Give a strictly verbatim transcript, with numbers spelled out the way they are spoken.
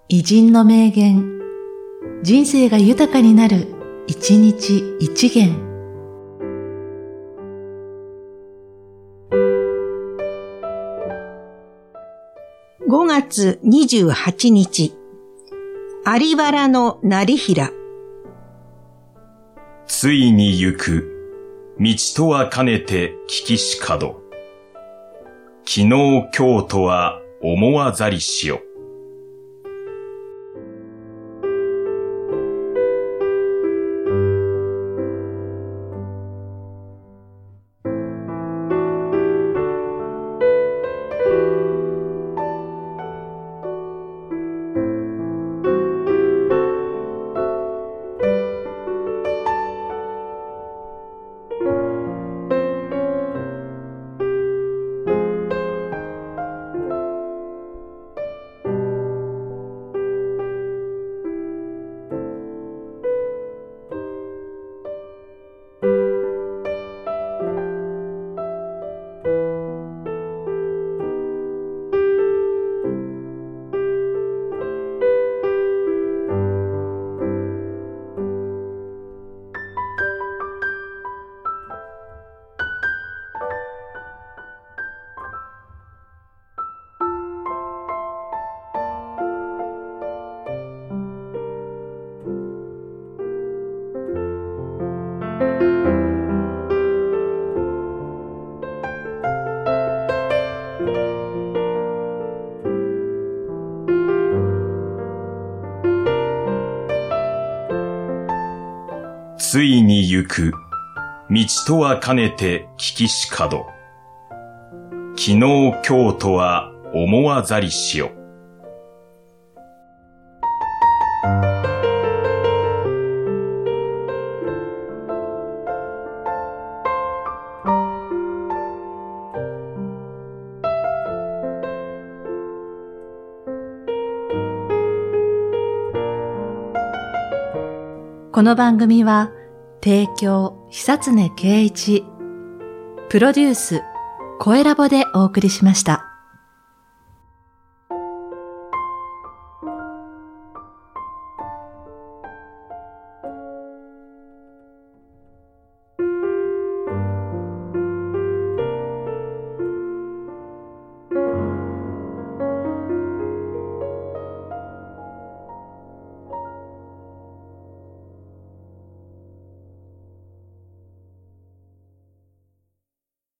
偉人の名言、人生が豊かになる、一日一元。 ごがつにじゅうはちにち、有原の業平。 ついに行く、道とはかねて聞きし角。昨日今日とは思わざりしよ。ついに行く、道とはかねて聞きし角。昨日今日とは思わざりしよ。 この番組は提供久常圭一、プロデュース声ラボでお送りしました。